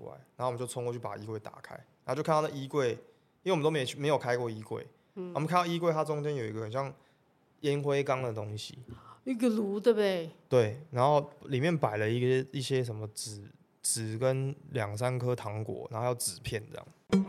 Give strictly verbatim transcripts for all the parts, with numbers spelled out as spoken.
来，然后我们就冲过去把衣柜打开，然后就看到那衣柜，因为我们都没没有开过衣柜，嗯、我们看到衣柜它中间有一个很像烟灰缸的东西， 一个炉对不对？ 对，然后里面摆了一个一些什么纸纸跟两三颗糖果，然后还有纸片这样。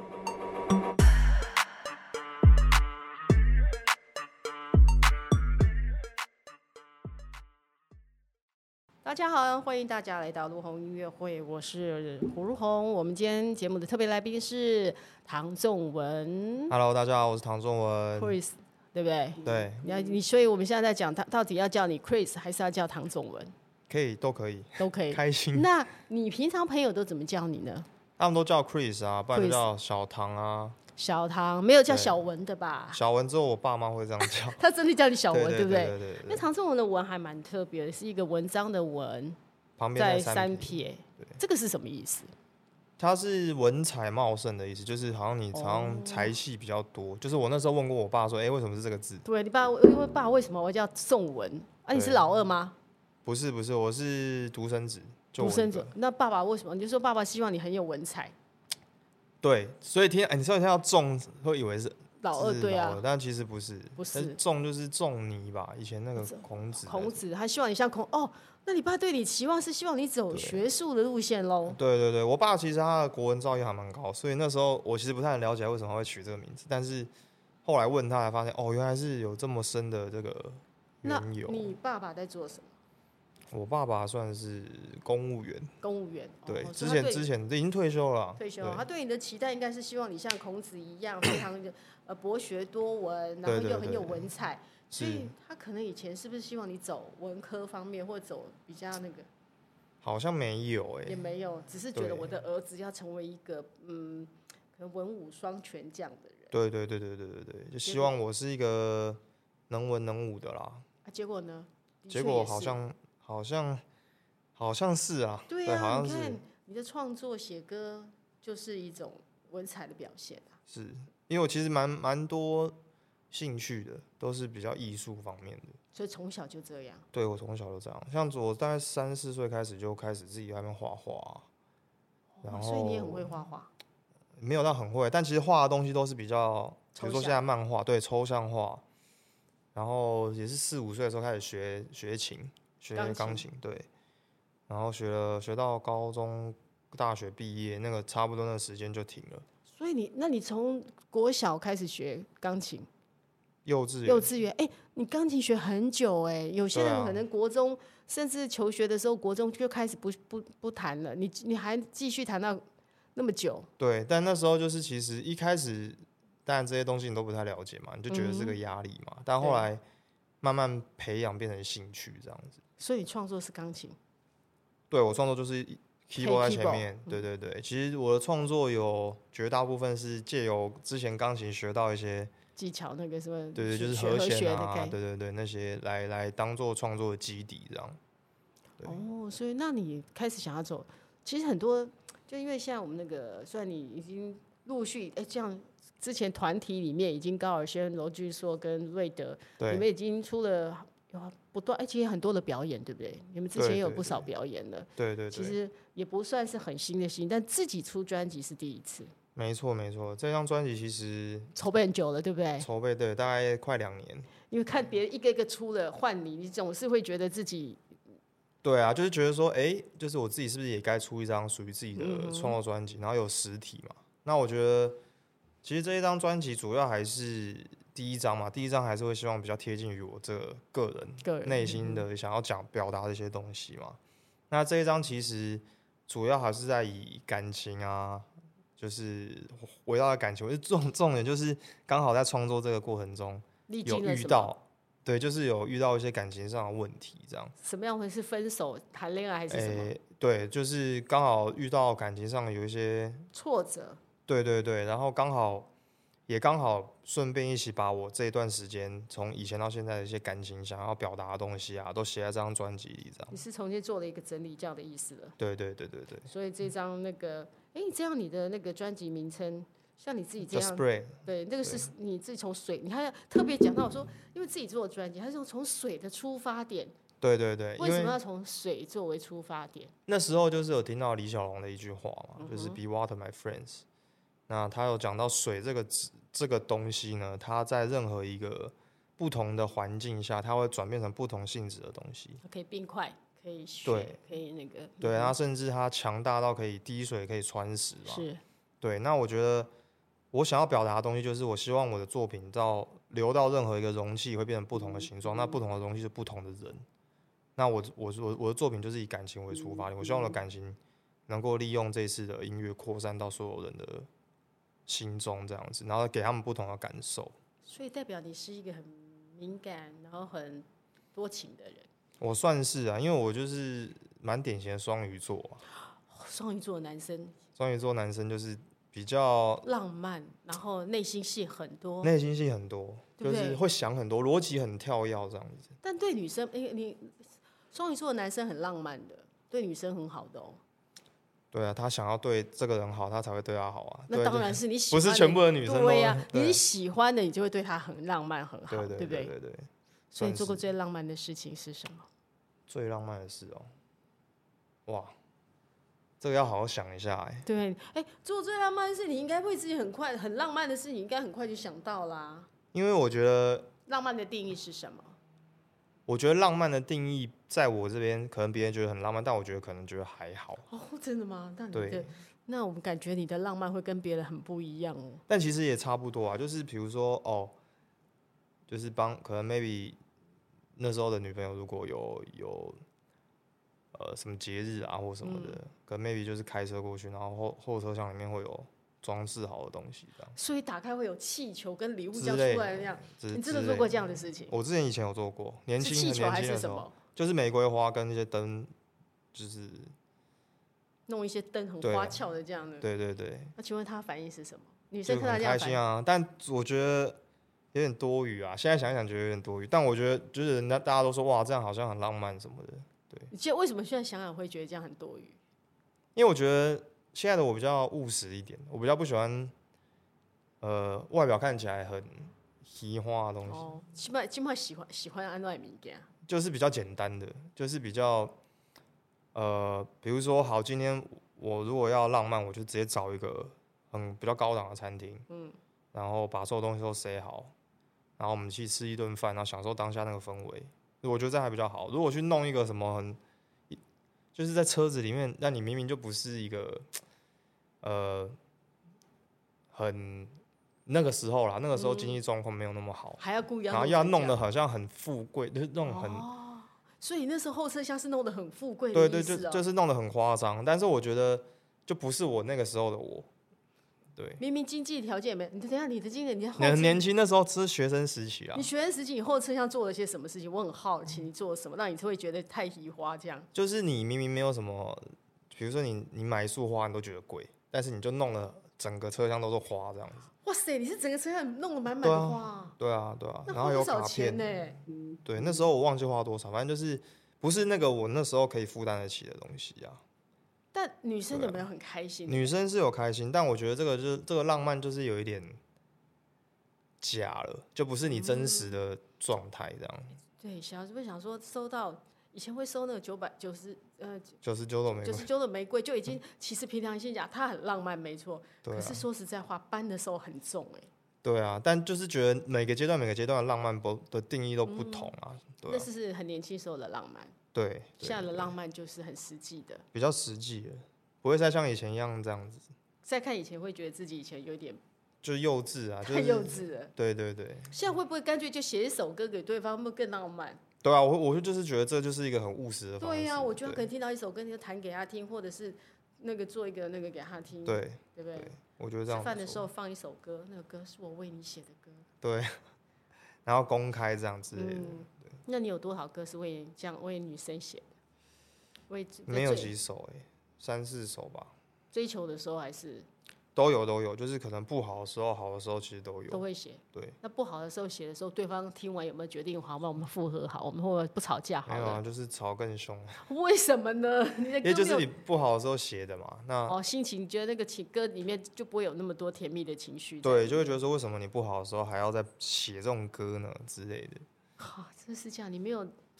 大家好，欢迎大家来到陆红音乐会，我是胡如红。我们今天节目的特别来宾是唐仲文。 Hello， 大家好，我是唐仲文 ，Chris， 对不对？ 对， 你要你，所以我们现在在讲，他到底要叫你 Chris 还是要叫唐仲文？ 可以，都可以， 都可以， 开心。 那你平常朋友都怎么叫你呢？ 他们都叫 Chris 啊，不然就叫小唐啊。 小唐没有叫小文的吧？ 小文只有我爸妈会这样叫。 他真的叫你小文， 对对不对？ 对对对对。 因为唐仲文的文还蛮特别的，是一个文章的文， 旁边在三撇。这个是什么意思？ 它是文采茂盛的意思，就是好像你常常才气比较多。哦、就是我那时候问过我爸说，哎、欸，为什么是这个字？ 对你爸，因为爸为什么我叫仲文？啊，你是老二吗？ 不是不是，我是独生子。 独生子，那爸爸为什么？你就说爸爸希望你很有文采。 对，所以听，哎，你说听到仲会以为是老二，对啊， 但其实不是， 不是仲就是仲尼吧？以前那个孔子， 孔子他希望你像孔哦，那你爸对你期望是希望你走学术的路线喽？ 对对对，我爸其实他的国文造诣还蛮高，所以那时候我其实不太能了解为什么会取这个名字，但是后来问他才发现，哦，原来是有这么深的这个缘由。 那你爸爸在做什么？ 我爸爸算是公务员， 公务员对， 哦、 之前之前已经退休了， 退休，他对你的期待应该是希望你像孔子一样，非常呃博学多闻，然后又很有文采，所以他可能以前是不是希望你走文科方面，或走比较那个？ 好像没有哎、欸， 也没有，只是觉得我的儿子要成为一个嗯，可能文武双全这样的人。 对对对对对对对，就希望我是一个能文能武的啦。 啊，结果呢？ 结果好像。好像好像是啊， 对啊， 对好像是你看你的创作写歌就是一种文采的表现啊。 是因为我其实蛮蛮多兴趣的，都是比较艺术方面的， 所以从小就这样。 对，我从小就这样，像我大概三四岁开始就开始自己在那边画画、啊，然后、 哦、所以你也很会画画。 没有到很会，但其实画的东西都是比较，比如说现在漫画，对，抽象画，然后也是四五岁的时候开始学学琴。学钢琴，对，然后学了学到高中、大学毕业，那个差不多那个时间就停了。 所以你，那你从国小开始学钢琴， 幼稚园， 幼稚园，哎、欸，你钢琴学很久哎、欸，有些人可能国中、啊、甚至求学的时候，国中就开始不不不弹了，你你还继续弹到那么久？ 对，但那时候就是其实一开始，当然这些东西你都不太了解嘛，你就觉得是个压力嘛，嗯、但后来慢慢培养变成兴趣这样子。 所以你创作是钢琴？ 对，我创作就是 keyboard 在前面。 嗯、 对对对，其实我的创作有绝大部分是借由之前钢琴学到一些技巧，那个什么， 对对，就是和弦啊，对对对，那些来来当做创作的基底这样。 哦，所以那你开始想要走，其实很多就因为像我们那个，虽然你已经陆续哎这样，之前团体里面已经高尔宣、娄俊硕跟瑞德，你们已经出了。有不断，而且很多的表演，对不对？你们之前也有不少表演了， 对对对。 其实也不算是很新的新，但自己出专辑是第一次。 没错没错，这张专辑其实筹备很久了，对不对？ 筹备对，大概快两年。 因为看别人一个一个出了换你，你总是会觉得自己。 对啊，就是觉得说，哎、欸，就是我自己是不是也该出一张属于自己的创作专辑、嗯，然后有实体嘛？那我觉得，其实这一张专辑主要还是。第一章嘛，第一章还是会希望比较贴近于我这个人内心的想要讲表达的一些东西嘛。那这一章其实主要还是在以感情啊，就是围绕在感情，重重点就是刚好在创作这个过程中有遇到，对，就是有遇到一些感情上的问题，这样。 什么样会是分手、谈恋爱还是什么？欸、 对，就是刚好遇到感情上有一些挫折。 对对对，然后刚好。也刚好顺便一起把我这一段时间从以前到现在的一些感情想要表达的东西啊，都写在这张专辑里，这样。 你是重新做了一个整理，这样的意思了。 对对对对对。 所以这张那个，哎、欸，这样你的那个专辑名称，像你自己这样， The Spray， 对，那个是你自己从水，你还要特别讲到说，因为自己做的专辑，它是从水的出发点对对对， 为什么要从水作为出发点？ 那时候就是有听到李小龙的一句话嘛， 嗯、 就是 Be water, my friends。那他有讲到水这个这个东西呢，它在任何一个不同的环境下，它会转变成不同性质的东西。 可以冰块，可以雪，可以那个。 对，它甚至它强大到可以滴水，可以穿石嘛。 是。对， 那我觉得我想要表达的东西，就是我希望我的作品到流到任何一个容器会变成不同的形状，嗯、那不同的容器是不同的人。那我我我我的作品就是以感情为出发点，我希望我的感情能够利用这次的音乐扩散到所有人的心中，这样子，然后给他们不同的感受。 所以代表你是一个很敏感，然后很多情的人。 我算是啊，因为我就是蛮典型的双鱼座啊。 双鱼座的男生。 双鱼座男生就是比较浪漫，然后内心戏很多。 内心戏很多， 对不对？ 就是会想很多，逻辑很跳跃这样子。 但对女生，哎，你双鱼座的男生很浪漫的，对女生很好的哦。 对啊，他想要对这个人好，他才会对他好啊。 那当然是你喜欢的， 不是全部的女生都对呀、啊，你喜欢的，你就会对他很浪漫，很好， 对对对不对？ 对对对。 所以你做过最浪漫的事情是什么？ 最浪漫的事哦，哇，这个要好好想一下哎、欸。 对，哎，做最浪漫的事，你应该会自己很快，很浪漫的事，你应该很快就想到啦。 因为我觉得浪漫的定义是什么？ 我觉得浪漫的定义，在我这边可能别人觉得很浪漫，但我觉得可能觉得还好。 哦，真的吗？那你的，那我们感觉你的浪漫会跟别人很不一样哦。 但其实也差不多啊，就是比如说哦，就是帮可能 maybe 那时候的女朋友如果有有呃什么节日啊或什么的，嗯、可能 maybe 就是开车过去，然后后后车厢里面会有装饰好的东西，这样。 所以打开会有气球跟礼物这样出来那样。你真的做过这样的事情？ 我之前以前有做过，年轻很年轻的时候，就是玫瑰花跟那些灯，就是弄一些灯很花俏的这样的。 对对对。 那请问他的反应是什么？女生看到这样开心啊，但我觉得有点多余啊。现在想一想觉得有点多余，但我觉得就是人家大家都说哇这样好像很浪漫什么的，对。 你觉得为什么现在想想会觉得这样很多余？ 因为我觉得现在的我比较务实一点，我比较不喜欢，呃，外表看起来很奇花的东西。 哦，起码起码喜欢喜欢安奈米件， 就是比较简单的，就是比较，呃，比如说好，今天我如果要浪漫，我就直接找一个很比较高档的餐厅，嗯，然后把所有东西都塞好，然后我们去吃一顿饭，然后享受当下那个氛围。我觉得这样还比较好。如果去弄一个什么很，就是在车子里面，那你明明就不是一个，呃，很那个时候啦，那个时候经济状况没有那么好， 还要故意要， 然后要弄得好像很富贵，就是那种很。 哦，所以那时候后车厢是弄得很富贵的对意思、哦、 对，就就是弄得很夸张。但是我觉得就不是我那个时候的我。对， 明明经济条件也没，你等一下你的经济，你很年轻那时候是学生时期啊。 你学生时期以后车厢做了些什么事情？我很好奇，你做了什么，让你会觉得太移花这样？ 就是你明明没有什么，比如说你你买一束花你都觉得贵，但是你就弄了整个车厢都是花这样子。 哇塞，你是整个车厢弄了满满的花？ 对啊，对啊， 对啊， 然后有卡片呢、欸？ 对，那时候我忘记花多少，反正就是不是那个我那时候可以负担得起的东西啊。 但女生有没有很开心、 啊？女生是有开心，但我觉得这个就是这个浪漫就是有一点假了，就不是你真实的状态这样、嗯。 对，小时候想说收到，以前会收那个九百九十呃九十九朵玫瑰， 九十九朵玫瑰就已经其实凭良心讲，它很浪漫没错、啊。可是说实在话，搬的时候很重哎、欸。 对啊，但就是觉得每个阶段每个阶段的浪漫不的定义都不同啊。嗯、对啊， 那是很年轻时候的浪漫。 对，对现在的浪漫就是很实际的， 比较实际的，不会再像以前一样这样子。 再看以前会觉得自己以前有点就幼稚啊， 太幼稚了。 就是、对对对。 现在会不会干脆就写一首歌给对方，会不会更浪漫？ 对啊，我我就是觉得这就是一个很务实的方式。 对呀、啊，我觉得可能听到一首歌，你就弹给他听，或者是那个做一个那个给他听， 对， 对不对？ 对我觉得这样。 吃饭的时候放一首歌，那个歌是我为你写的歌。 对，然后公开这样之类的。 嗯、那你有多少歌是为这样为女生写的？为没有几首哎、欸，三四首吧。 追求的时候还是都有都有，就是可能不好的时候、好的时候其实都有。 都会写。 对。 那不好的时候写的时候，对方听完有没有决定好，那我们复合好，我们会不会不吵架好了？ 没有啊，就是吵更凶。 为什么呢？你的歌因为就是你不好的时候写的嘛。那哦，心情觉得那个情歌里面就不会有那么多甜蜜的情绪。 对，就会觉得说为什么你不好的时候还要再写这种歌呢之类的。 好、哦，真是这样，你没有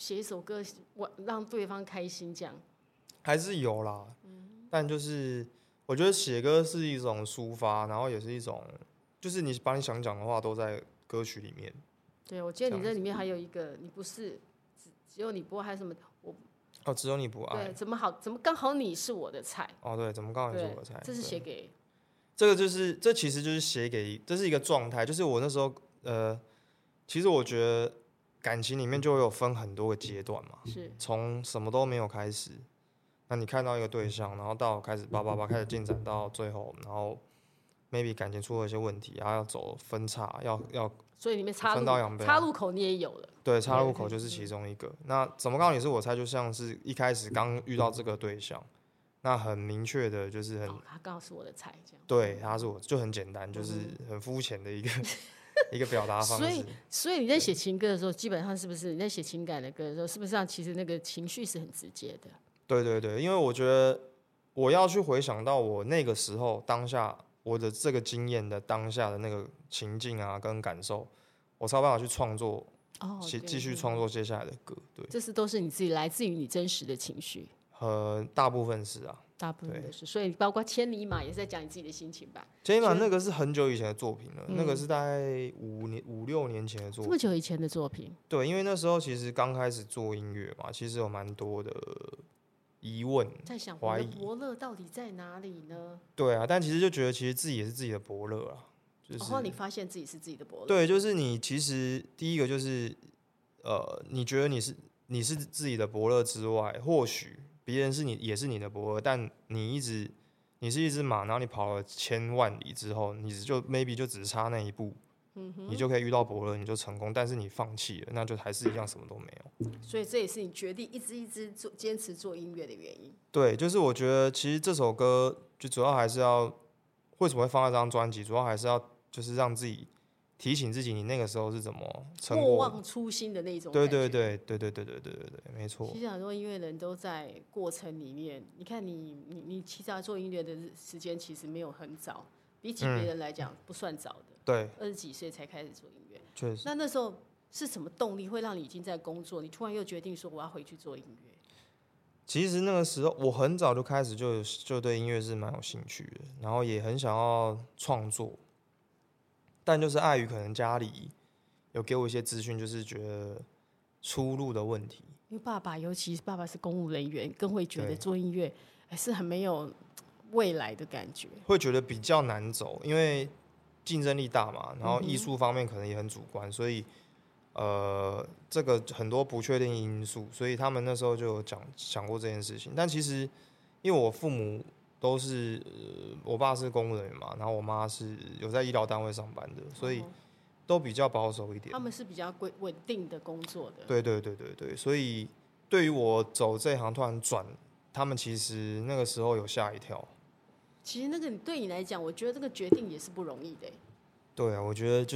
写一首歌，我让对方开心这样？ 还是有啦，嗯、但就是我觉得写歌是一种抒发，然后也是一种，就是你把你想讲的话都在歌曲里面。 对，我记得你这里面还有一个，你不是只只有你不爱，还有什么？我哦，只有你不爱。 对，怎么好？怎么刚好你是我的菜？ 哦，对，怎么刚好你是我的菜？ 这是写给这个，就是这其实就是写给，这是一个状态，就是我那时候呃，其实我觉得感情里面就会有分很多个阶段嘛， 是从什么都没有开始，那你看到一个对象，然后到开始叭叭叭开始进展到最后，然后 maybe 感情出了一些问题，然后要走分岔，要要。 所以里面插入啊、 插入口你也有了， 对，插入口就是其中一个。那怎么告诉你是我猜，就像是一开始刚遇到这个对象，那很明确的就是很， 哦、他刚好是我的菜，这样。 对，他是我，就很简单，就是很肤浅的一个、嗯、一个表达方式。 所以，所以你在写情歌的时候，基本上是不是你在写情感的歌的时候，是不是上其实那个情绪是很直接的？ 对对对，因为我觉得我要去回想到我那个时候当下我的这个经验的当下的那个情境啊跟感受。我才有办法去创作，哦，继续创作接下来的歌。对， 这是都是你自己来自于你真实的情绪。 呃，大部分是啊， 大部分都是。所以包括千里马也是在讲你自己的心情吧？ 千里马那个是很久以前的作品了，嗯、那个是大概五年五六年前的作品。 这么久以前的作品？ 对，因为那时候其实刚开始做音乐嘛，其实有蛮多的疑问， 在想怀疑伯乐到底在哪里呢？ 对啊，但其实就觉得其实自己也是自己的伯乐啊。就是、 然后你发现自己是自己的伯乐， 对，就是你其实第一个就是，呃，你觉得你是你是自己的伯乐之外，或许别人是你也是你的伯乐，但你一直你是一只马，然后你跑了千万里之后，你就 maybe 就只差那一步，嗯、你就可以遇到伯乐，你就成功，但是你放弃了，那就还是一样什么都没有。 所以这也是你决定一直一直做坚持做音乐的原因。 对，就是我觉得其实这首歌就主要还是要为什么会放在这张专辑，主要还是要。就是让自己提醒自己，你那个时候是怎么撑过， 莫忘初心的那种感觉。对对对对对对对对对对，没错。 其实很多音乐人都在过程里面，你看你你你其实做音乐的时间其实没有很早，比起别人来讲不算早的。 对、嗯， 二十几岁才开始做音乐， 确实。 那那时候是什么动力会让你已经在工作，你突然又决定说我要回去做音乐？ 其实那个时候我很早就开始就就对音乐是蛮有兴趣的，然后也很想要创作。但就是碍于可能家里有给我一些资讯，就是觉得出路的问题。 因为爸爸，尤其是爸爸是公务人员，更会觉得做音乐还是很没有未来的感觉。 会觉得比较难走，因为竞争力大嘛，然后艺术方面可能也很主观，所以呃，这个很多不确定因素，所以他们那时候就有讲想过这件事情。但其实因为我父母。都是、呃、我爸是公务人员嘛，然后我妈是有在医疗单位上班的，所以都比较保守一点。 他们是比较稳定的工作的。 对对对对对，所以对于我走这一行突然转，他们其实那个时候有吓一跳。 其实那个对你来讲，我觉得这个决定也是不容易的。 对啊，我觉得就是，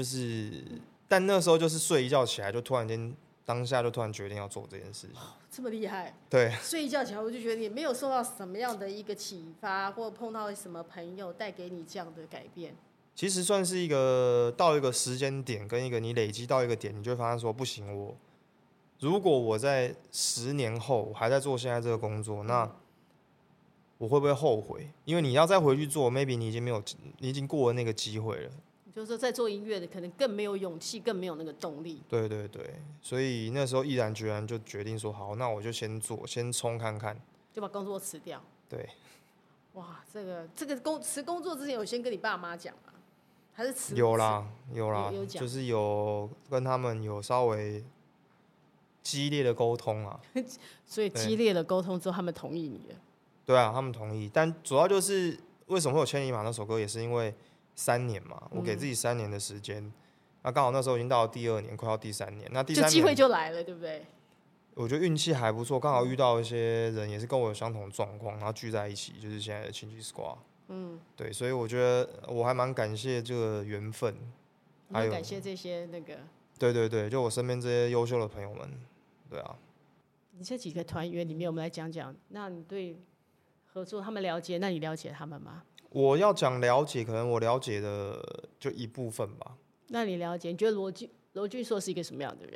但那时候就是睡一觉起来就突然间。当下就突然决定要做这件事情， 哦、这么厉害？ 对， 睡一觉起来我就觉得你没有受到什么样的一个启发，或碰到什么朋友带给你这样的改变。 其实算是一个到一个时间点，跟一个你累积到一个点，你就会发现说不行，我如果我在十年后还在做现在这个工作，那我会不会后悔？因为你要再回去做 ，maybe 你已经没有，你已经过了那个机会了。 就是说，在做音乐的可能更没有勇气，更没有那个动力。 对对对，所以那时候毅然决然就决定说，好，那我就先做，先冲看看， 就把工作辞掉。 对。 哇，这个这个工辞工作之前，有先跟你爸妈讲吗？还是辞？ 有啦，有啦， 有就是有跟他们有稍微激烈的沟通啊。 所以激烈的沟通之后，他们同意你了。 对啊，他们同意，但主要就是为什么会有《千里马》那首歌，也是因为。三年嘛，我给自己三年的时间，那、嗯、刚好那时候已经到了第二年，快要第三年，那第三年就机会就来了，对不对？ 我觉得运气还不错，刚好遇到一些人也是跟我有相同的状况，然后聚在一起，就是现在的亲戚 squad。嗯，对，所以我觉得我还蛮感谢这个缘分， 还有感谢这些那个。 对对对，就我身边这些优秀的朋友们，对啊。 你这几个团员里面，我们来讲讲，那你对合作他们了解，那你了解他们吗？ 我要讲了解，可能我了解的就一部分吧。 那你了解？你觉得罗俊罗俊硕是一个什么样的人？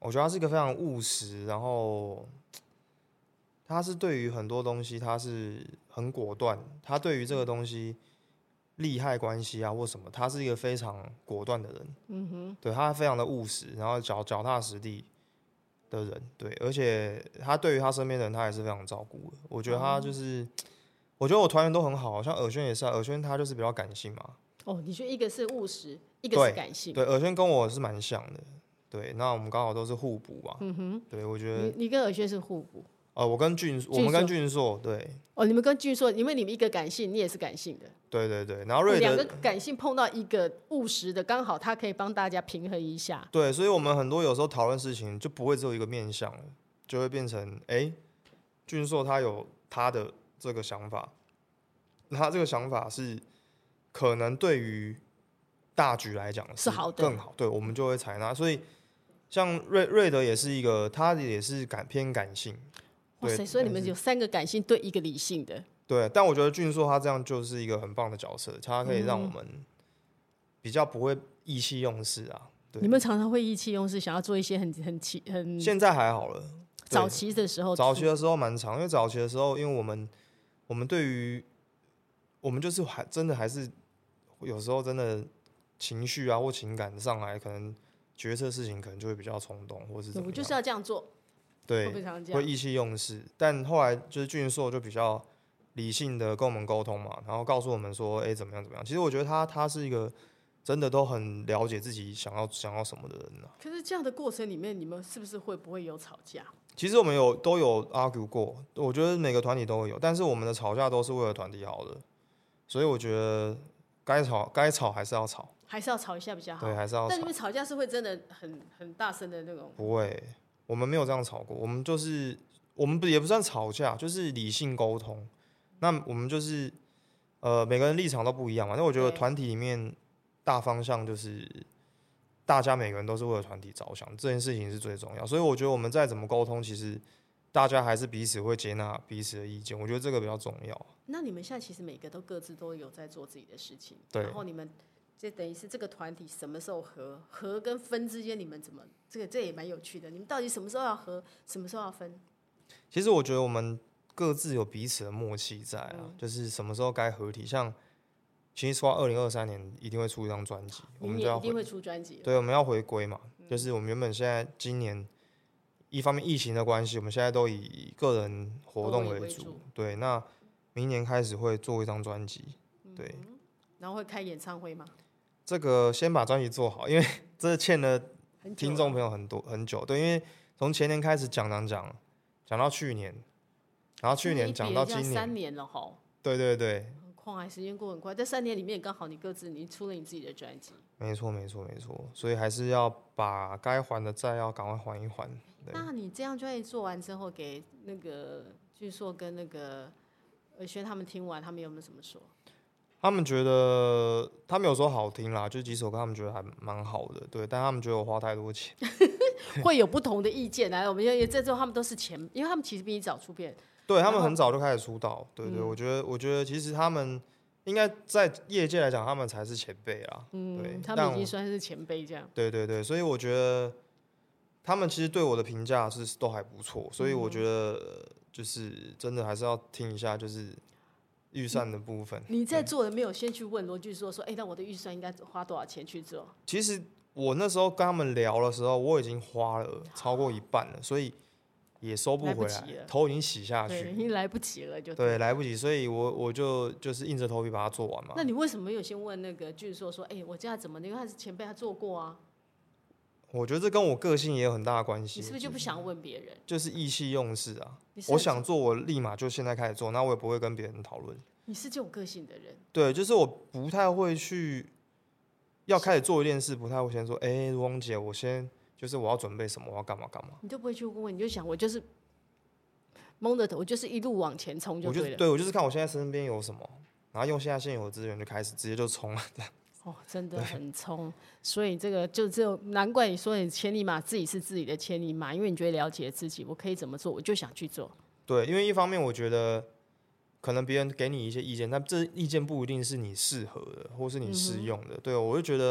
我觉得他是一个非常务实，然后他是对于很多东西他是很果断，他对于这个东西利害关系啊或什么，他是一个非常果断的人。嗯哼，对他非常的务实，然后脚脚踏实地的人，对，而且他对于他身边的人，他也是非常照顾的。我觉得他就是，哦、我觉得我团员都很好，像尔轩也是、啊，尔轩他就是比较感性嘛。 哦，你觉得一个是务实，一个是感性。 对，尔轩跟我是蛮像的。对，那我们刚好都是互补嘛。嗯哼，对，我觉得你你跟尔轩是互补。 呃，我跟俊，我们跟俊硕，对。 哦，你们跟俊硕，因为你们一个感性，你也是感性的。 对对对，然后瑞德两、哦、个感性碰到一个务实的，刚好他可以帮大家平衡一下。 对，所以我们很多有时候讨论事情就不会只有一个面向了，就会变成哎、欸，俊硕他有他的这个想法，他这个想法是可能对于大局来讲是好的， 更好，对，我们就会采纳。所以像瑞瑞德也是一个，他也是感偏感性。 哇塞，所以你们有三个感性对一个理性的。 对，但我觉得俊硕他这样就是一个很棒的角色，他可以让我们比较不会意气用事啊。对， 你们常常会意气用事，想要做一些很很很…… 现在还好了。 早期的时候， 早期的时候蛮长，因为早期的时候，因为我们我们对于我们就是还真的还是有时候真的情绪啊或情感上来，可能决策事情可能就会比较冲动，或是怎么样。 我就是要这样做， 对， 会, 会, 会意气用事。但后来就是俊硕就比较理性的跟我们沟通嘛，然后告诉我们说，哎、欸，怎么样怎么样。其实我觉得他他是一个真的都很了解自己想要想要什么的人啊。 可是这样的过程里面，你们是不是会不会有吵架？ 其实我们有都有 argue 过，我觉得每个团体都会有，但是我们的吵架都是为了团体好的，所以我觉得该吵该吵还是要吵， 还是要吵一下比较好。 对，还是要吵。 但你们吵架是会真的很很大声的那种？ 不会，我们没有这样吵过，我们就是我们也不算吵架，就是理性沟通。那我们就是呃每个人立场都不一样嘛，那我觉得团体里面大方向就是大家每个人都是为了团体着想，这件事情是最重要。所以我觉得我们再怎么沟通，其实大家还是彼此会接纳彼此的意见，我觉得这个比较重要。 那你们现在其实每个都各自都有在做自己的事情， 对。 然后你们这等于是这个团体什么时候合，合跟分之间你们怎么这个这也蛮有趣的。你们到底什么时候要合，什么时候要分？ 其实我觉得我们各自有彼此的默契在啊，嗯、就是什么时候该合体，像。其实说二零二三年一定会出一张专辑，我们就要一定会出专辑。 对，我们要回归嘛、嗯，就是我们原本现在今年一方面疫情的关系，我们现在都以个人活动为主。为对，那明年开始会做一张专辑，对、嗯。 然后会开演唱会吗？ 这个先把专辑做好，因为这欠了听众朋友很多很久。对，因为从前年开始讲讲讲，讲到去年，然后去年讲到今年， 三年了吼。 对对对。 快，时间过很快，在三年里面刚好你各自你出了你自己的专辑。 没错没错没错，所以还是要把该还的债要赶快还一还。 那你这样专辑做完之后，给那个巨硕跟那个尔轩他们听完，他们有没有什么说？ 他们觉得他们有说好听啦，就几首歌他们觉得还蛮好的，对，但他们觉得我花太多钱， 会有不同的意见来。我们因为这之后他们都是前，因为他们其实比你早出片。 对他们很早就开始出道，对对，嗯、我觉得，我觉得其实他们应该在业界来讲，他们才是前辈啦。嗯，对， 他们已经算是前辈这样。 对对对，所以我觉得他们其实对我的评价是都还不错，所以我觉得就是真的还是要听一下，就是预算的部分。 你在做的没有先去问罗剧说说，哎、欸，那我的预算应该花多少钱去做？ 其实我那时候跟他们聊的时候，我已经花了超过一半了，所以。也收不回来，头已经洗下去， 已经来不及了就，就对，来不及，所以我我就就是硬着头皮把它做完嘛。 那你为什么没有先问那个巨硕说，哎、欸，我这样怎么？因为他是前辈，他做过啊。 我觉得这跟我个性也有很大的关系。 你是不是就不想问别人？ 就是意气用事啊！我想做，我立马就现在开始做，那我也不会跟别人讨论。 你是这种个性的人？ 对，就是我不太会去要开始做一件事，不太会先说，哎、欸，如翁姐，我先。就是我要准备什么，我要干嘛干嘛， 你都不会去问，你就想我就是蒙着头，我就是一路往前冲就对了。 我就对我就是看我现在身边有什么，然后用现在现有的资源就开始直接就冲了这样。 哦，真的很冲，所以这个就只有难怪你说你千里马自己是自己的千里马，因为你觉得了解自己，我可以怎么做，我就想去做。 对，因为一方面我觉得可能别人给你一些意见，但这意见不一定是你适合的，或是你适用的。嗯、对，我就觉得。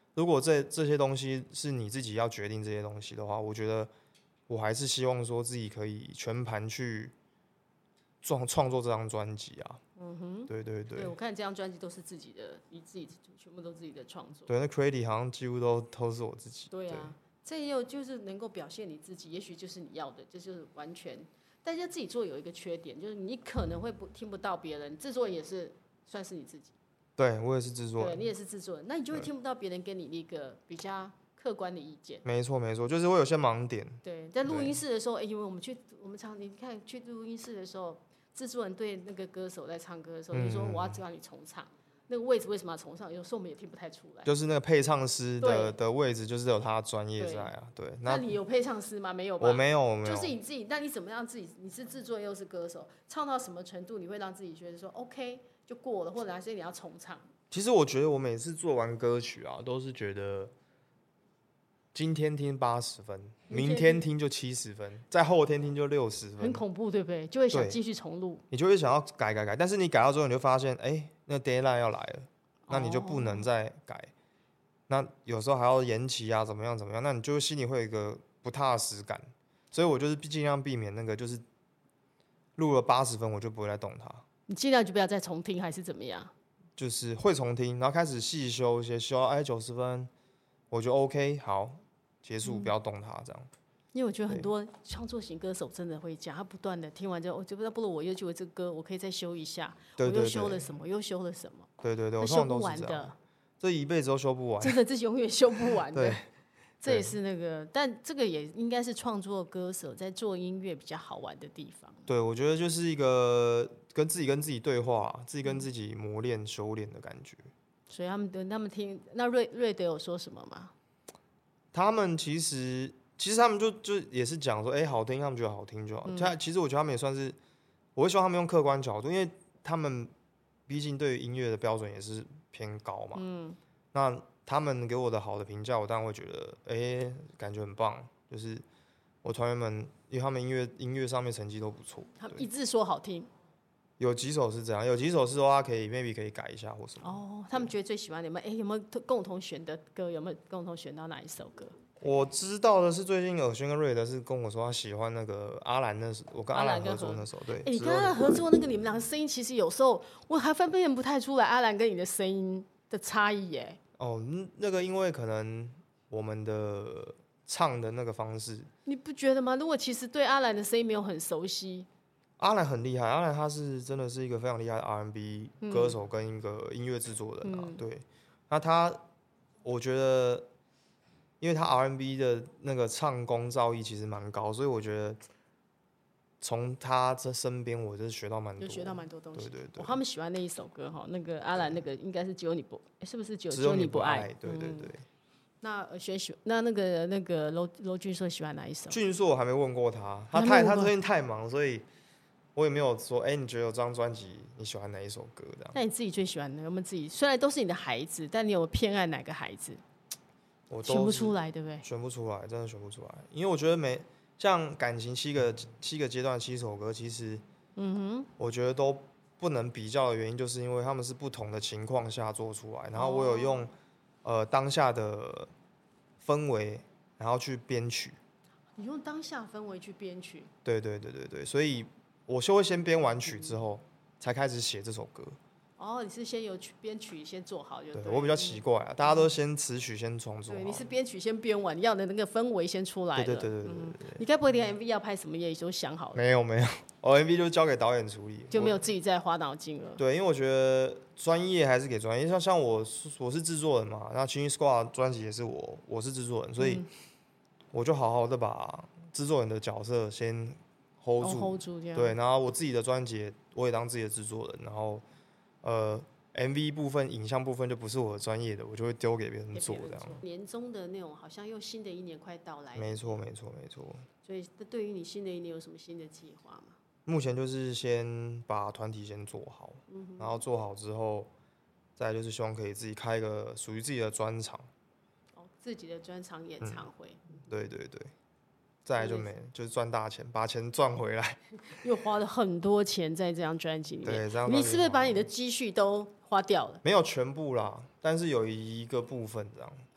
如果这这些东西是你自己要决定这些东西的话，我觉得我还是希望说自己可以全盘去创创作这张专辑啊。嗯哼，对对对。 对，我看这张专辑都是自己的，你自己全部都自己的创作。 对，那 credit 好像几乎都都是我自己。 对啊，这也有就是能够表现你自己，也许就是你要的，这就是完全。但是自己做有一个缺点，就是你可能会不听不到别人，制作人也是算是你自己。 对，我也是制作人。 对，你也是制作人，那你就会听不到别人给你一个比较客观的意见。 没错没错，就是会有些盲点。 对，在录音室的时候，哎，因为我们去我们常你看去录音室的时候，制作人对那个歌手在唱歌的时候，就说我要叫你重唱。那个位置为什么要重唱？有时候我们也听不太出来。 就是那个配唱师的的位置，就是有他的专业在啊。对， 那你有配唱师吗？没有吧？ 我没有，我没有。 就是你自己，那你怎么让自己？你是制作人又是歌手，唱到什么程度，你会让自己觉得说 OK 就过了，或者还是你要重唱？ 其实我觉得我每次做完歌曲啊，都是觉得今天听八十分，明天听就七十分，再后天听就六十分， 很恐怖，对不对？就会想继续重录， 你就会想要改改改，但是你改到之后，你就发现，哎、欸，那 deadline 要来了，那你就不能再改，哦、那有时候还要延期啊，怎么样怎么样，那你就心里会有一个不踏实感，所以我就是尽量避免那个，就是录了八十分，我就不会再动它。 你尽量就不要再重听，还是怎么样？ 就是会重听，然后开始细修一些，修到哎九十分，我觉得 OK， 好，结束，不要动它这样。 因为我觉得很多创作型歌手真的会讲，他不断的听完之后，我觉得不如我又觉得这个歌我可以再修一下， 对对对， 我又修了什么，又修了什么。 对对对，我修不完的， 这一辈子都修不完， 真的，这永远修不完的。 对， 这也是那个，但这个也应该是创作歌手在做音乐比较好玩的地方。 对，我觉得就是一个跟自己跟自己对话，自己跟自己磨练、修炼的感觉。 所以他们他们听，那瑞瑞德有说什么吗？ 他们其实其实他们就就也是讲说，哎、欸，好听，他们觉得好听就好。嗯、其实我觉得他们也算是，我会希望他们用客观角度，因为他们毕竟对于音乐的标准也是偏高嘛。嗯。那他们给我的好的评价，我当然会觉得，哎、欸，感觉很棒。就是我团员们，因为他们音乐音乐上面成绩都不错， 他们一致说好听。 有几首是这样，有几首是说他可以 maybe 可以改一下或什么。 哦，他们觉得最喜欢你们，哎、欸，有没有共同选的歌？有没有共同选到哪一首歌？ 我知道的是，最近尔轩跟瑞德是跟我说他喜欢那个阿兰那首，我跟阿兰合作那首。对， 哎、欸，你跟他合作那个，你们两个声音其实有时候我还分辨不太出来阿兰跟你的声音的差异耶。 哦，那个因为可能我们的唱的那个方式， 你不觉得吗？如果其实对阿兰的声音没有很熟悉， 阿兰很厉害，阿兰他是真的是一个非常厉害的 R and B 歌手跟一个音乐制作人啊。嗯、对，那他我觉得。因为他 R and B 的那个唱功造诣其实蛮高，所以我觉得从他这身边，我就是学到蛮多， 就学到蛮多东西。 对对对， 他们喜欢那一首歌哈，那个阿兰那个应该是只有你不，是不是只有只有你不爱？ 对对对。 嗯、那选喜那那个那个娄娄俊硕喜欢哪一首？ 俊硕我还没问过他，他太他最近太忙，所以我也没有说，哎、欸，你觉得有这张专辑你喜欢哪一首歌这样？ 那你自己最喜欢的？有没有自己？虽然都是你的孩子，但你有偏爱哪个孩子？ 我选不出来，对不对？ 选不出来，真的选不出来，因为我觉得每像感情七个七个阶段七首歌，其实，嗯哼，我觉得都不能比较的原因，就是因为他们是不同的情况下做出来，然后我有用、哦、呃当下的氛围，然后去编曲。 你用当下氛围去编曲？ 对对对对对，所以我就会先编完曲之后，嗯、才开始写这首歌。 哦，你是先有曲编曲先做好就对。 对，我比较奇怪啊，大家都先词曲先创作好。 对，你是编曲先编完，你要的那个氛围先出来了。 对对对对对对、嗯、 你该不会连 M V 要拍什么也都想好了？ 没有没有，我 M V 就交给导演处理， 就没有自己在花脑筋了。 对，因为我觉得专业还是给专业，像像我我是制作人嘛，那 Chinese Squad 专辑也是我我是制作人，所以我就好好的把制作人的角色先 hold 住、 哦、hold 住这样。 对，然后我自己的专辑我也当自己的制作人，然后呃。M V 部分、影像部分就不是我的专业的，我就会丢给别人做这样。 年终的那种，好像又新的一年快到来了。 没错，没错，没错。 所以，对于你新的一年有什么新的计划吗？ 目前就是先把团体先做好，嗯、然后做好之后，再来就是希望可以自己开一个属于自己的专场。 哦，自己的专场演唱会。 嗯、对对对。再来就没了，就是赚大钱，把钱赚回来。 又花了很多钱在这张专辑里面。 对，这样你是不是把你的积蓄都花掉了？ 没有全部啦，但是有一个部分这样。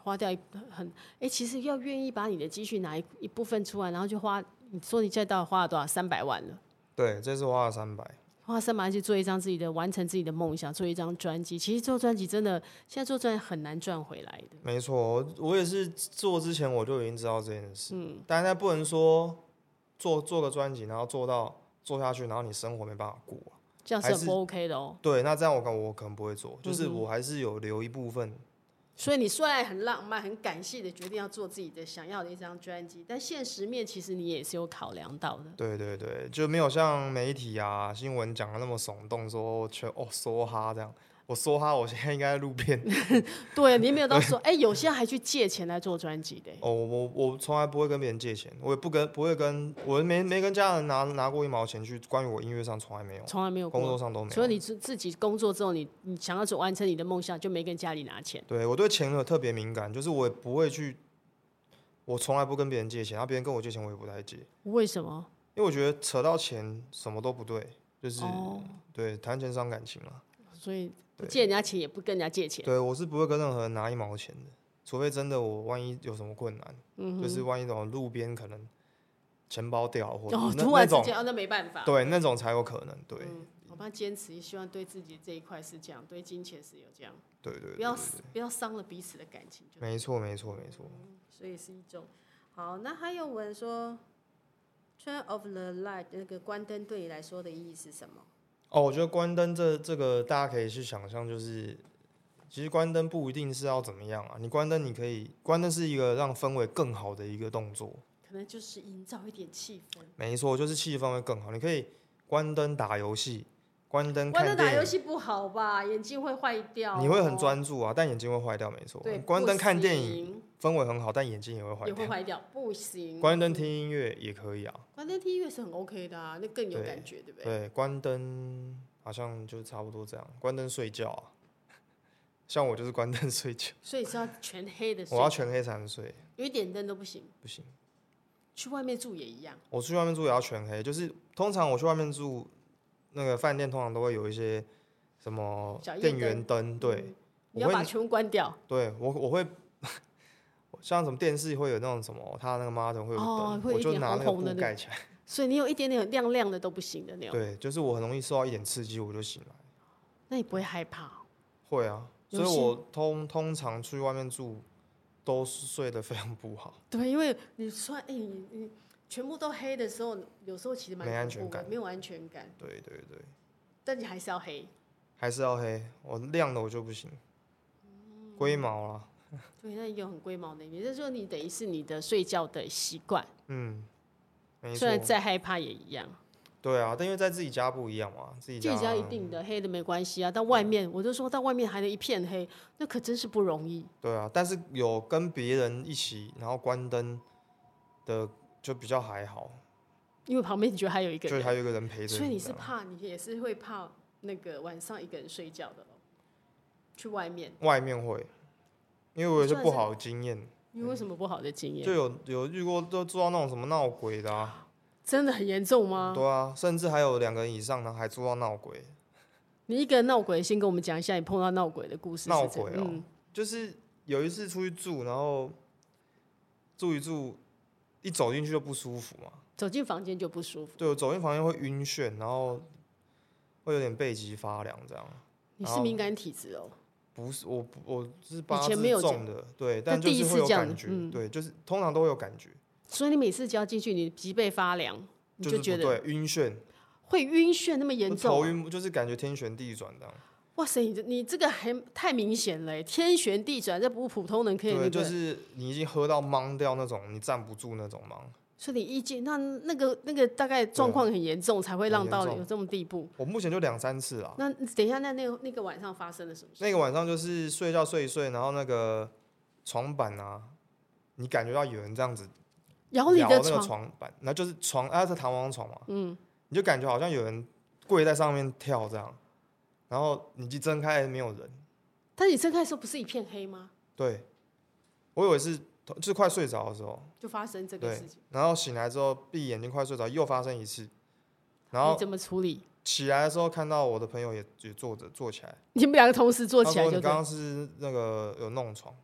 花掉一很哎、欸，其实要愿意把你的积蓄拿 一, 一部分出来，然后就花，你说你这到花了多少？三百万了。 对，这次花了三百。 花三百万去做一张自己的，完成自己的梦想，做一张专辑。其实做专辑真的，现在做专辑很难赚回来的。 没错，我也是做之前我就已经知道这件事，嗯，但是不能说做做个专辑，然后做到做下去，然后你生活没办法过、啊， 这样是很不 OK 的哦。 对，那这样我可我可能不会做，就是我还是有留一部分。嗯， 所以你虽然很浪漫、很感性的决定要做自己的想要的一张专辑，但现实面其实你也是有考量到的。 对对对，就没有像媒体啊、新闻讲的那么耸动，说全哦梭哈这样。我梭哈，我现在应该在路边。 对，你没有到说，哎、欸，有些人还去借钱来做专辑的。 哦，我我从来不会跟别人借钱，我也不跟不会跟我没没跟家人拿拿过一毛钱去关于我音乐上，从来没有， 从来没有过， 工作上都没有。 所以你自己工作之后，你你想要完成你的梦想，就没跟家里拿钱。 对，我对钱有特别敏感，就是我也不会去，我从来不跟别人借钱，然后别人跟我借钱，我也不太借。 为什么？ 因为我觉得扯到钱什么都不对，就是、 哦、 对谈钱伤感情了。 所以不借人家钱，也不跟人家借钱。 对，我是不会跟任何人拿一毛钱的，除非真的我万一有什么困难，嗯、就是万一那种路边可能钱包掉或者、 哦、 那突然之间、 哦、那没办法。 对，那种才有可能。对， 嗯、我帮他坚持，希望对自己这一块是这样，对金钱是有这样。 对 对, 对, 对, 对， 不要不要伤了彼此的感情就。 没错没错没错、 嗯。所以是一种好。那还有人说 ，turn off the light 那个关灯对你来说的意义是什么？ 哦，我觉得关灯这这个大家可以去想象，就是其实关灯不一定是要怎么样啊，你关灯你可以关灯是一个让氛围更好的一个动作， 可能就是营造一点气氛。 没错，就是气氛会更好。你可以关灯打游戏，关灯看电影。 关灯打游戏不好吧？眼睛会坏掉、哦。 你会很专注啊，但眼睛会坏掉，没错。 对， 关灯看电影氛围很好，但眼睛也会坏掉。 也会坏掉，不行。 关灯听音乐也可以啊。 关灯听音乐是很 OK 的啊，那更有感觉， 对, 对不对？ 对，关灯好像就差不多这样。关灯睡觉啊，像我就是关灯睡觉。 所以是要全黑的睡。 我要全黑才能睡， 有一点灯都不行。 不行。 去外面住也一样。 我去外面住也要全黑，就是通常我去外面住，那个饭店通常都会有一些什么电源灯，对、嗯， 你要把全部关掉。 对，我我会像什么电视会有那种什么，它那个 model 会有灯、 哦，会有一点红红的、那個、 我就拿那个布盖起来。 所以你有一点点亮亮的都不行的那种。 对，就是我很容易受到一点刺激，我就醒来。 那你不会害怕？ 会啊，所以我通通常去外面住都睡得非常不好。 对，因为你穿哎、欸，你你全部都黑的时候，有时候其实蛮没安全感， 没有安全感。 对对对。 但你还是要黑。还是要黑，我亮的我就不行。龟、嗯、毛啦。 对，那有很龟毛的一面，就是说你等于是你的睡觉的习惯。 嗯。 虽然再害怕也一样。 对啊，但因为在自己家不一样嘛，自己家。 自己家一定的黑的没关系啊，到外面我就说到外面还能一片黑，那可真是不容易。 对啊，但是有跟别人一起，然后关灯的就比较还好。 因为旁边你觉得还有一个人， 就还有一个人陪着你。 所以你是怕，你也是会怕那个晚上一个人睡觉的咯。去外面。 外面会，因为我有些不好的经验。 你为什么不好的经验？ 就有有遇过，都做到那种什么闹鬼的啊。 真的很严重吗？ 对啊，甚至还有两个人以上呢，还做到闹鬼。 你一个人闹鬼，先跟我们讲一下你碰到闹鬼的故事。 闹鬼哦、嗯，就是有一次出去住，然后住一住，一走进去就不舒服嘛。 走进房间就不舒服。 对，我走进房间会晕眩，然后会有点背脊发凉这样。 你是敏感体质哦？ 不是，我我是八字重的，对，但就是会有感觉，嗯、对，就是通常都会有感觉。 所以你每次只要进去，你脊背发凉，你就觉得、 就是、对晕眩， 会晕眩那么严重、啊？ 头晕就是感觉天旋地转这样。 哇塞，你你这个还太明显了，天旋地转，这不普通人可以、那個。 对，就是你已经喝到懵掉那种，你站不住那种懵。 所以你一进那那个那个大概状况很严重，才会让到有这么地步。 我目前就两三次啦。 那等一下，那那个那个晚上发生了什么事？ 那个晚上就是睡觉睡一睡，然后那个床板啊，你感觉到有人这样子摇你的那个床板，那就是床，啊是弹簧床嘛， 嗯， 你就感觉好像有人跪在上面跳这样，然后你一睁开没有人。 但你睁开的时候不是一片黑吗？ 对，我以为是。就是快睡着的时候就发生这个事情， 然后醒来之后闭眼睛快睡着又发生一次，然后你怎么处理？ 起来的时候看到我的朋友也也坐着坐起来， 你们两个同时坐起来就。 他说你刚刚是那个有弄床，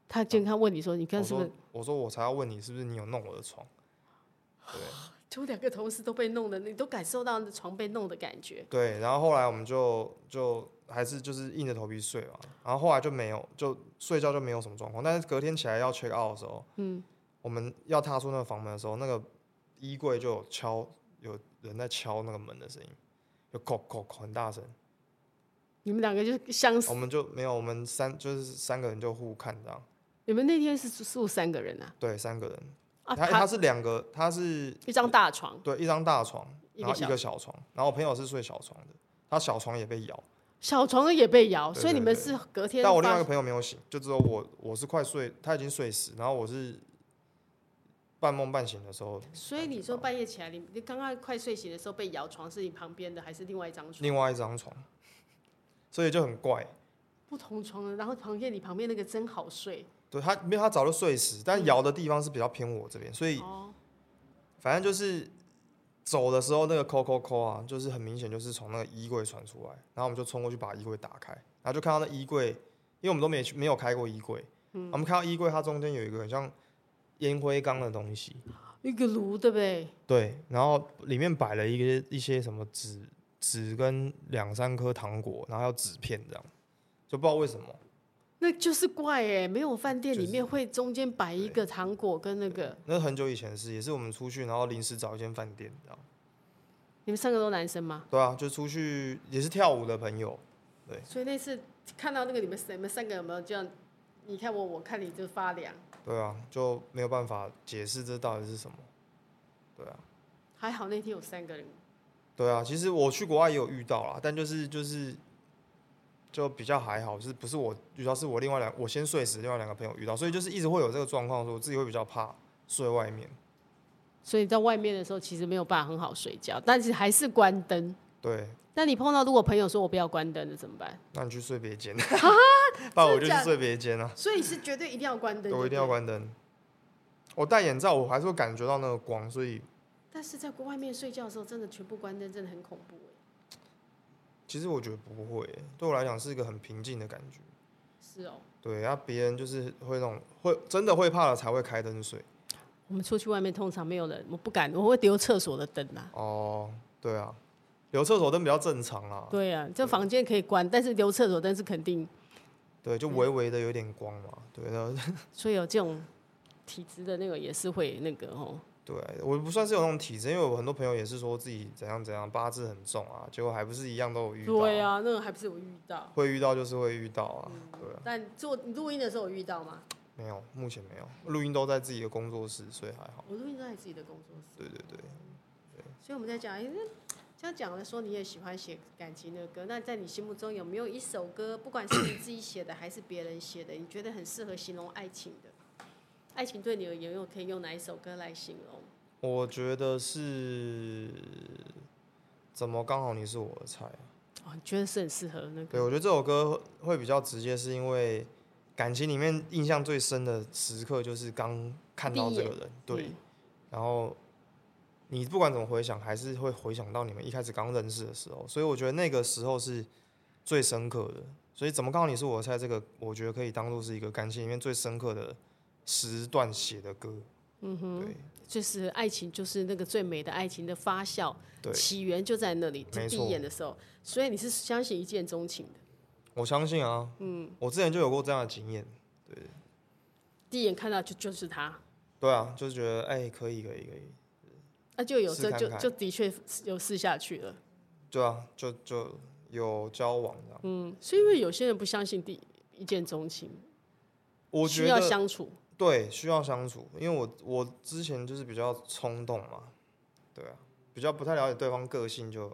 他健康问你说，你看是不是？ 我说我才要问你是不是你有弄我的床？对， 就两个同事都被弄的，你都感受到床被弄的感觉。 对，然后后来我们就就还是就是硬着头皮睡嘛，然后后来就没有，就睡觉就没有什么状况，但是隔天起来要 check out 的时候，嗯，我们要踏出那个房门的时候，那个衣柜就有敲，有人在敲那个门的声音，就叩叩叩很大声。 你们两个就相似， 我们就没有，我们三就是三个人就互看这样。 你们那天是住三个人啊？ 对，三个人。 啊、 他他是两个，他是一张大床， 对，一张大床， 然后一个小床，然后我朋友是睡小床的，他小床也被摇， 小床也被摇， 对对对， 所以你们是隔天。 但我另外一个朋友没有醒，就只有我，我是快睡，他已经睡死，然后我是半梦半醒的时候。 所以你说半夜起来，你你刚刚快睡醒的时候被摇床，是你旁边的还是另外一张床？ 另外一张床，所以就很怪。 不同床的，然后旁边你旁边那个真好睡。 对他，没有他早就睡死，但摇的地方是比较偏我这边，所以、 哦、 反正就是走的时候那个扣扣扣啊，就是很明显就是从那个衣柜传出来，然后我们就冲过去把衣柜打开，然后就看到那衣柜，因为我们都没没有开过衣柜、嗯，我们看到衣柜它中间有一个很像烟灰缸的东西， 一个炉对不对？ 对，然后里面摆了一个一些什么纸纸跟两三颗糖果，然后还有纸片这样，就不知道为什么。 那就是怪哎、欸，没有饭店里面会中间摆一个糖果跟那个。 那很久以前的事，也是我们出去，然后临时找一间饭店，这样。 你们三个都男生吗？ 对啊，就出去也是跳舞的朋友，对。 所以那次看到那个你们你们三个有没有这样？你看我，我看你就发凉。 对啊，就没有办法解释这到底是什么。对啊。 还好那天有三个人。 对啊，其实我去国外也有遇到啦，但就是就是。就比较还好，是不是我遇到，是我另外两我先睡死，另外两个朋友遇到，所以就是一直会有这个状况，所以我自己会比较怕睡外面。 所以在外面的时候，其实没有办法很好睡觉，但是还是关灯。 对。 那你碰到如果朋友说我不要关灯了怎么办？ 那你去睡别间，不然我就去睡别间啊。 所以是绝对一定要关灯。 对，我一定要关灯。我戴眼罩，我还是会感觉到那个光，所以。 但是在外面睡觉的时候，真的全部关灯，真的很恐怖。 其实我觉得不会，对我来讲是一个很平静的感觉。 是哦。 对，然后别人就是会那种会真的会怕了才会开灯睡。 我们出去外面通常没有人，我不敢，我会丢厕所的灯啊。 哦，对啊，留厕所灯比较正常啦。 对啊，这房间可以关，但是留厕所灯是肯定。 对，就微微的有点光嘛，对的。 所以有这种体质的那个也是会那个哦。 对，我不算是有那种体质，因为我很多朋友也是说自己怎样怎样，八字很重啊，结果还不是一样都有遇到。 对啊，那个还不是有遇到。 会遇到就是会遇到啊，嗯、对啊。 但做录音的时候有遇到吗？ 没有，目前没有。录音都在自己的工作室，所以还好。 我录音都在自己的工作室。 对对对。对， 所以我们在讲，哎、欸，这样讲了说你也喜欢写感情的歌，那在你心目中有没有一首歌，不管是你自己写的还是别人写的，你觉得很适合形容爱情的？爱情对你而言，又可以用哪一首歌来形容？ 我觉得是怎么刚好你是我的菜啊？ 哦，你觉得是很适合那个？ 对，我觉得这首歌会比较直接，是因为感情里面印象最深的时刻就是刚看到这个人，对、嗯，然后你不管怎么回想，还是会回想到你们一开始刚认识的时候，所以我觉得那个时候是最深刻的。所以怎么刚好你是我的菜，这个我觉得可以当做是一个感情里面最深刻的时段写的歌。 嗯哼，对，就是爱情，就是那个最美的爱情的发酵起源就在那里，就第一眼的时候，所以你是相信一见钟情的？ 我相信啊，嗯，我之前就有过这样的经验，对， 第一眼看到就就是他， 对啊，就是觉得哎、欸，可以可以可以， 那、啊、就有这就就的确有试下去了， 对啊，就就有交往这样， 嗯，是因为有些人不相信第一见钟情， 我觉得需要相处。 对，需要相处，因为我我之前就是比较冲动嘛，对啊，比较不太了解对方个性就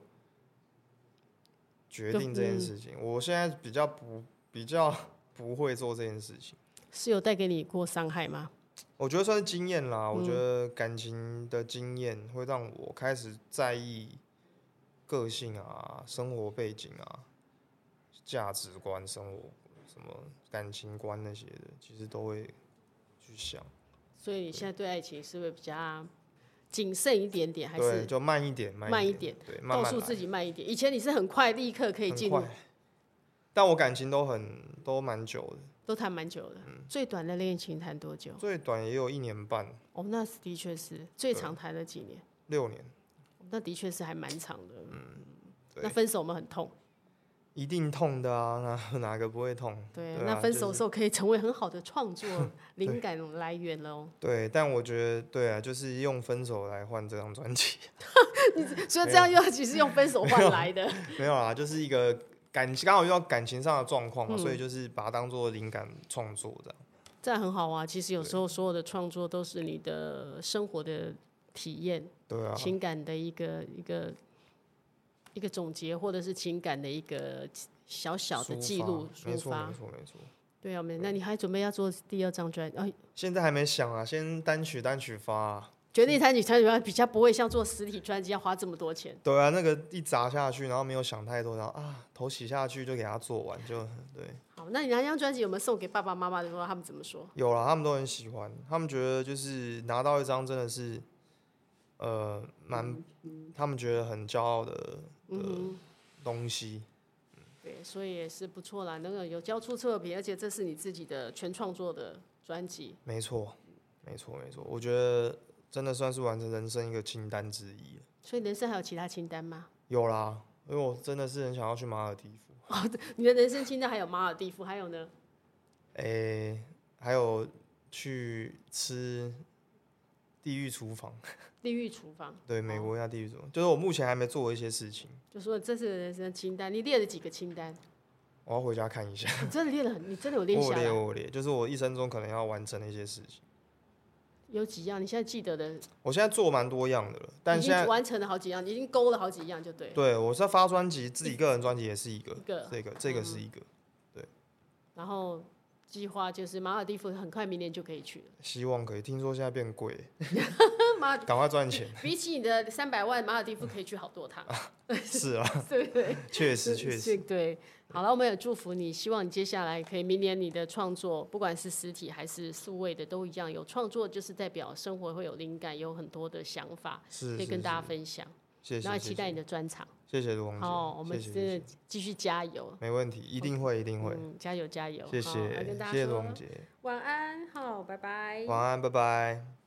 决定这件事情。嗯、我现在比较不比较不会做这件事情。 是有带给你过伤害吗？ 我觉得算是经验啦、嗯，我觉得感情的经验会让我开始在意个性啊、生活背景啊、价值观、生活什么感情观那些的，其实都会。去想， 所以你现在对爱情是不是比较谨慎一点点，还是对就慢一点， 慢一点， 对， 告诉自己慢一点。以前你是很快立刻可以进入， 但我感情都很都蛮久的， 都谈蛮久的。嗯、最短的恋情谈多久？ 最短也有一年半。 哦，那是的确是。最长谈了几年？ 六年。 那的确是还蛮长的。嗯， 对。 那分手我们很痛。 一定痛的啊，哪哪个不会痛？ 对， 对啊、 那分手的时候可以成为很好的创作灵感来源喽。 对，但我觉得对啊，就是用分手来换这张专辑。 所以这样又其实用分手换来的。 没有啦，就是一个感刚好遇到感情上的状况嘛、嗯，所以就是把它当做灵感创作这样。 这样很好啊，其实有时候所有的创作都是你的生活的体验， 对啊， 情感的一个一个。一个总结，或者是情感的一个小小的记录抒发， 没错没错。 对啊，那你还准备要做第二张专辑？哦， 现在还没想啊，先单曲单曲发、啊。 决定单曲单曲比较不会像做实体专辑要花这么多钱。 对啊，那个一砸下去，然后没有想太多，然后啊头洗下去就给他做完，就对。 好，那你那张专辑有没有送给爸爸妈妈的时候，他们怎么说？ 有啦，他们都很喜欢，他们觉得就是拿到一张真的是。呃，蛮，他们觉得很骄傲的的东西、 嗯。对，所以也是不错啦，能够有交出作品，而且这是你自己的全创作的专辑。 没错，没错，没错，我觉得真的算是完成人生一个清单之一。 所以人生还有其他清单吗？ 有啦，因为我真的是很想要去马尔地夫。 哦，你的人生清单还有马尔地夫，还有呢？ 诶、欸，还有去吃地狱厨房。 地狱厨房， 对，美国那地狱厨房、哦，就是我目前还没做的一些事情。 就说这是人生清单，你列了几个清单？ 我要回家看一下。 你真的列了很，你真的有列下来？ 我有列，我有列，就是我一生中可能要完成的一些事情。 有几样？你现在记得的？ 我现在做蛮多样的了，但现在已经完成了好几样，已经勾了好几样，就对。 对，我是发专辑，自己个人专辑也是一个， 一个这个这个是一个，对。 然后。计划就是马尔地夫，很快明年就可以去了。 希望可以，听说现在变贵， 赶快赚钱。 比起你的三百万，马尔地夫可以去好多趟。 是啊， 对对， 确实确实。 对，好了，我们也祝福你，希望你接下来可以明年你的创作，不管是实体还是数位的都一样，有创作就是代表生活会有灵感，有很多的想法， 是可以跟大家分享。 谢谢， 然后期待你的专场。 谢谢卢红姐。 好，我们真的继续加油。 没问题，一定会，一定会。 嗯，加油加油。 谢谢， 跟大家谢谢卢红姐。 晚安，好，拜拜。 晚安，拜拜。